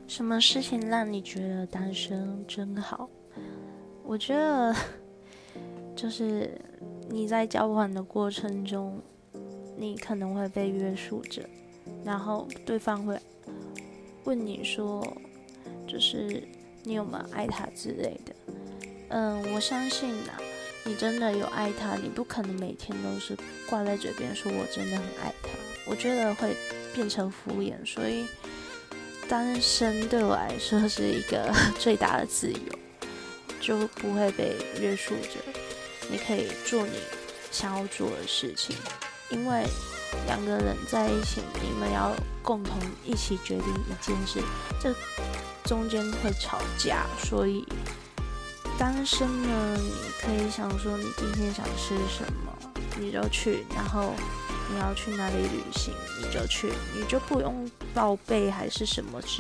什么事情让你觉得单身真好？我觉得就是你在交往的过程中，你可能会被约束着，然后对方会问你说，就是你有没有爱他之类的。我相信啊，你真的有爱他，你不可能每天都是挂在嘴边说我真的很爱他，我觉得会变成敷衍，所以单身对我来说是一个最大的自由，就不会被约束着，你可以做你想要做的事情，因为两个人在一起，你们要共同一起决定一件事，这中间会吵架，所以单身呢，你可以想说你今天想吃什么，你就去，然后你要去哪里旅行，你就去，你就不用报备还是什么之